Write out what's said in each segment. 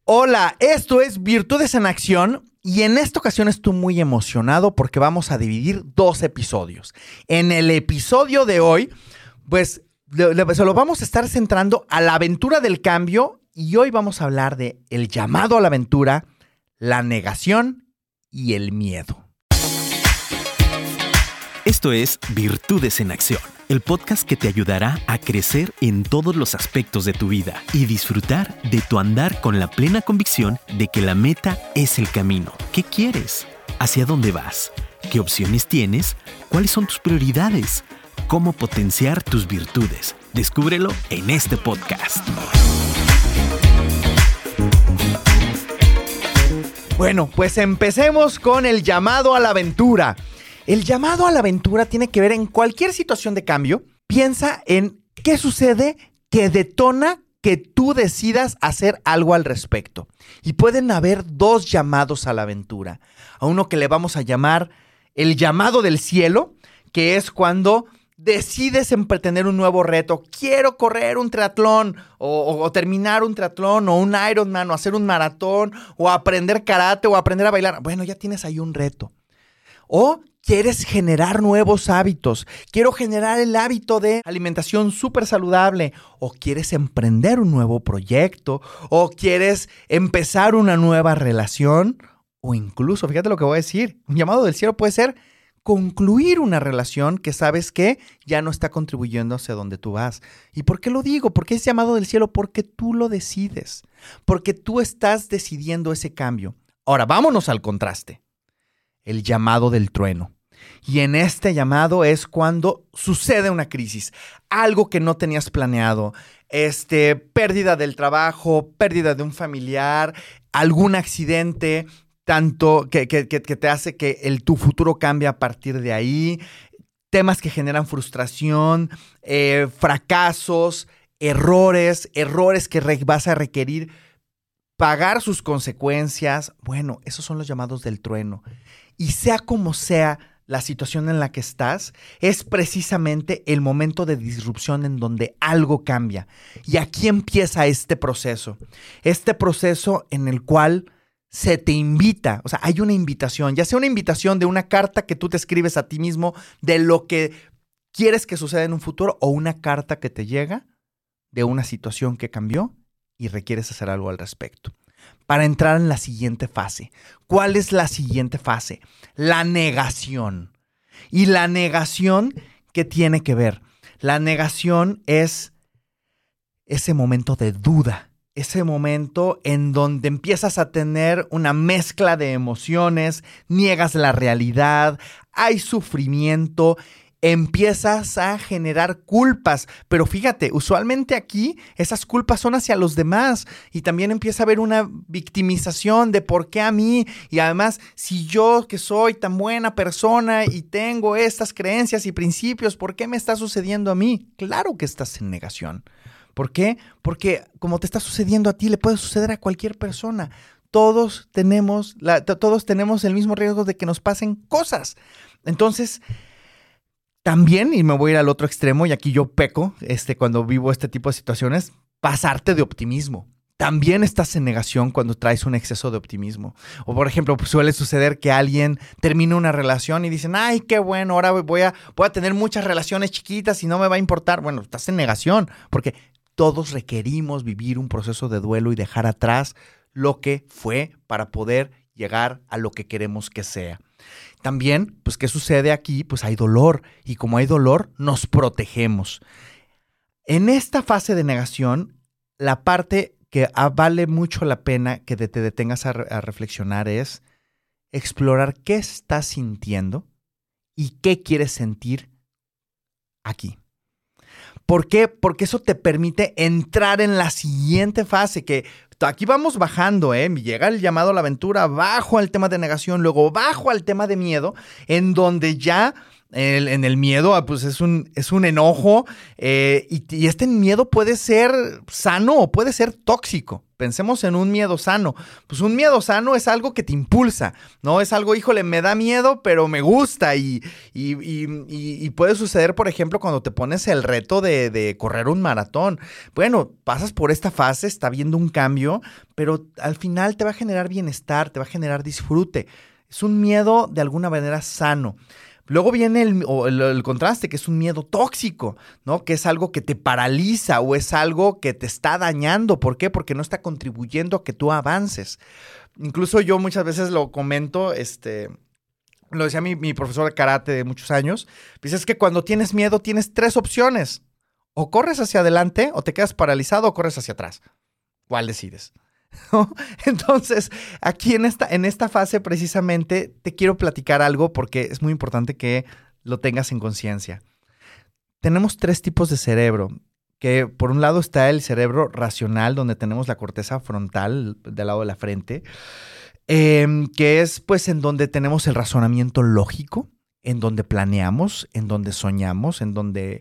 Hola, esto es Virtudes en Acción y en esta ocasión estoy muy emocionado porque vamos a dividir 2 episodios. En el episodio de hoy, pues se lo vamos a estar centrando a la aventura del cambio y hoy vamos a hablar de el llamado a la aventura, la negación y el miedo. Esto es Virtudes en Acción, el podcast que te ayudará a crecer en todos los aspectos de tu vida y disfrutar de tu andar con la plena convicción de que la meta es el camino. ¿Qué quieres? ¿Hacia dónde vas? ¿Qué opciones tienes? ¿Cuáles son tus prioridades? ¿Cómo potenciar tus virtudes? Descúbrelo en este podcast. Bueno, pues empecemos con el llamado a la aventura. El llamado a la aventura tiene que ver en cualquier situación de cambio. Piensa en qué sucede que detona que tú decidas hacer algo al respecto. Y pueden haber 2 llamados a la aventura. A uno que le vamos a llamar el llamado del cielo, que es cuando decides emprender un nuevo reto. Quiero correr un triatlón o terminar un triatlón o un Ironman o hacer un maratón o aprender karate o aprender a bailar. Bueno, ya tienes ahí un reto. O quieres generar nuevos hábitos. Quiero generar el hábito de alimentación súper saludable. O quieres emprender un nuevo proyecto. O quieres empezar una nueva relación. O incluso, fíjate lo que voy a decir, un llamado del cielo puede ser concluir una relación que sabes que ya no está contribuyendo hacia donde tú vas. ¿Y por qué lo digo? Porque es llamado del cielo porque tú lo decides. Porque tú estás decidiendo ese cambio. Ahora, vámonos al contraste. El llamado del trueno. Y en este llamado es cuando sucede una crisis, algo que no tenías planeado, pérdida del trabajo, pérdida de un familiar, algún accidente, tanto que te hace que tu futuro cambie a partir de ahí, temas que generan frustración, fracasos, errores que vas a requerir pagar sus consecuencias. Bueno, esos son los llamados del trueno. Y sea como sea la situación en la que estás, es precisamente el momento de disrupción en donde algo cambia. Y aquí empieza este proceso en el cual se te invita, o sea, hay una invitación, ya sea una invitación de una carta que tú te escribes a ti mismo de lo que quieres que suceda en un futuro o una carta que te llega de una situación que cambió y requieres hacer algo al respecto. Para entrar en la siguiente fase. ¿Cuál es la siguiente fase? La negación. ¿Y la negación qué tiene que ver? La negación es ese momento de duda, ese momento en donde empiezas a tener una mezcla de emociones, niegas la realidad, hay sufrimiento, empiezas a generar culpas, pero fíjate, usualmente aquí esas culpas son hacia los demás y también empieza a haber una victimización de por qué a mí y además si yo que soy tan buena persona y tengo estas creencias y principios, ¿por qué me está sucediendo a mí? Claro que estás en negación. ¿Por qué? Porque como te está sucediendo a ti, le puede suceder a cualquier persona. Todos tenemos el mismo riesgo de que nos pasen cosas. Entonces, también, y me voy a ir al otro extremo, y aquí yo peco cuando vivo este tipo de situaciones, pasarte de optimismo. También estás en negación cuando traes un exceso de optimismo. O, por ejemplo, pues suele suceder que alguien termina una relación y dicen, ay, qué bueno, ahora voy a tener muchas relaciones chiquitas y no me va a importar. Bueno, estás en negación, porque todos requerimos vivir un proceso de duelo y dejar atrás lo que fue para poder llegar a lo que queremos que sea. También, pues, ¿qué sucede aquí? Pues hay dolor y como hay dolor, nos protegemos. En esta fase de negación, la parte que vale mucho la pena que te detengas a reflexionar es explorar qué estás sintiendo y qué quieres sentir aquí. ¿Por qué? Porque eso te permite entrar en la siguiente fase, que aquí vamos bajando, llega el llamado a la aventura, bajo al tema de negación, luego bajo al tema de miedo, en donde ya En el miedo, pues es un enojo y este miedo puede ser sano o puede ser tóxico. Pensemos en un miedo sano. Pues un miedo sano es algo que te impulsa, ¿no? Es algo, híjole, me da miedo, pero me gusta y puede suceder, por ejemplo, cuando te pones el reto de correr un maratón. Bueno, pasas por esta fase, está habiendo un cambio, pero al final te va a generar bienestar, te va a generar disfrute. Es un miedo de alguna manera sano. Luego viene el contraste, que es un miedo tóxico, ¿no? Que es algo que te paraliza o es algo que te está dañando. ¿Por qué? Porque no está contribuyendo a que tú avances. Incluso yo muchas veces lo comento, lo decía mi profesor de karate de muchos años, pues es que cuando tienes miedo tienes 3 opciones. O corres hacia adelante, o te quedas paralizado, o corres hacia atrás. ¿Cuál decides? ¿No? Entonces, aquí en esta fase precisamente te quiero platicar algo porque es muy importante que lo tengas en conciencia. Tenemos 3 tipos de cerebro, que por un lado está el cerebro racional, donde tenemos la corteza frontal del lado de la frente, que es pues en donde tenemos el razonamiento lógico, en donde planeamos, en donde soñamos, en donde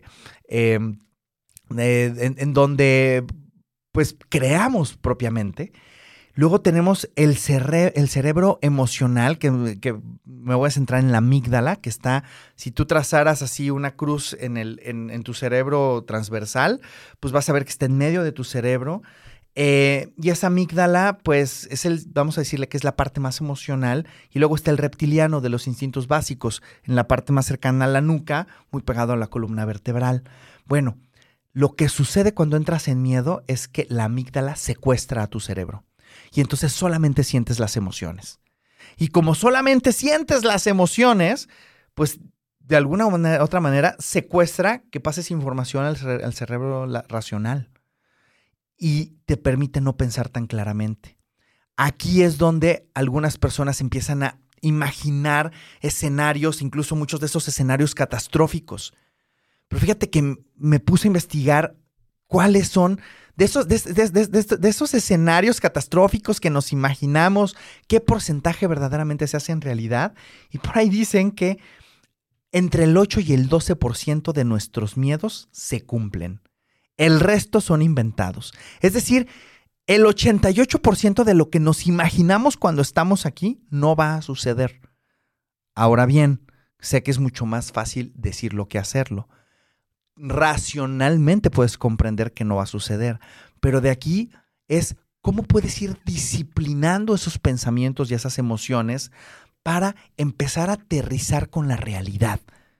pues creamos propiamente. Luego tenemos el cerebro emocional, que me voy a centrar en la amígdala, que está, si tú trazaras así una cruz en tu cerebro transversal, pues vas a ver que está en medio de tu cerebro. Y esa amígdala, pues, vamos a decirle que es la parte más emocional. Y luego está el reptiliano de los instintos básicos, en la parte más cercana a la nuca, muy pegado a la columna vertebral. Bueno, lo que sucede cuando entras en miedo es que la amígdala secuestra a tu cerebro. Y entonces solamente sientes las emociones. Y como solamente sientes las emociones, pues de alguna otra manera secuestra que pases información al cerebro racional. Y te permite no pensar tan claramente. Aquí es donde algunas personas empiezan a imaginar escenarios, incluso muchos de esos escenarios catastróficos. Pero fíjate que me puse a investigar cuáles son de esos escenarios catastróficos que nos imaginamos, qué porcentaje verdaderamente se hace en realidad. Y por ahí dicen que entre el 8 y el 12% de nuestros miedos se cumplen. El resto son inventados. Es decir, el 88% de lo que nos imaginamos cuando estamos aquí no va a suceder. Ahora bien, sé que es mucho más fácil decirlo que hacerlo. Racionalmente puedes comprender que no va a suceder, pero de aquí es cómo puedes ir disciplinando esos pensamientos y esas emociones para empezar a aterrizar con la realidad.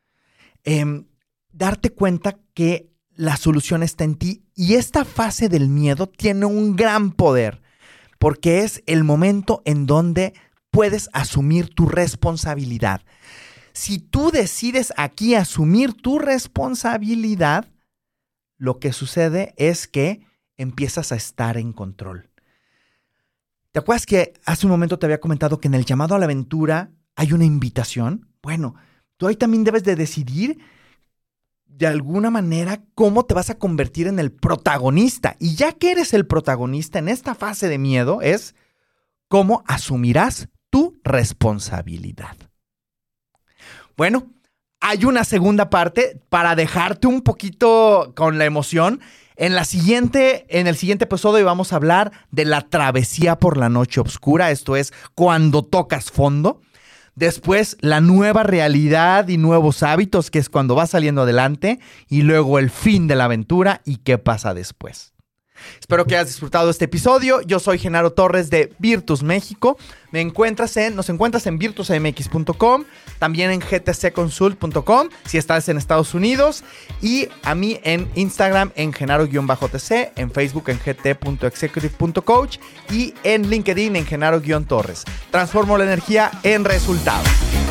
Darte cuenta que la solución está en ti y esta fase del miedo tiene un gran poder porque es el momento en donde puedes asumir tu responsabilidad. Si tú decides aquí asumir tu responsabilidad, lo que sucede es que empiezas a estar en control. ¿Te acuerdas que hace un momento te había comentado que en el llamado a la aventura hay una invitación? Bueno, tú ahí también debes de decidir de alguna manera cómo te vas a convertir en el protagonista. Y ya que eres el protagonista en esta fase de miedo, es cómo asumirás tu responsabilidad. Bueno, hay una segunda parte para dejarte un poquito con la emoción. En el siguiente episodio vamos a hablar de la travesía por la noche oscura. Esto es cuando tocas fondo. Después, la nueva realidad y nuevos hábitos, que es cuando vas saliendo adelante. Y luego el fin de la aventura y qué pasa después. Espero que hayas disfrutado este episodio. Yo soy Genaro Torres de Virtus México. Nos encuentras en virtusmx.com, también en gtcconsult.com si estás en Estados Unidos, y a mí en Instagram en genaro-tc, en Facebook en gt.executive.coach y en LinkedIn en Genaro-Torres. Transformo la energía en resultados.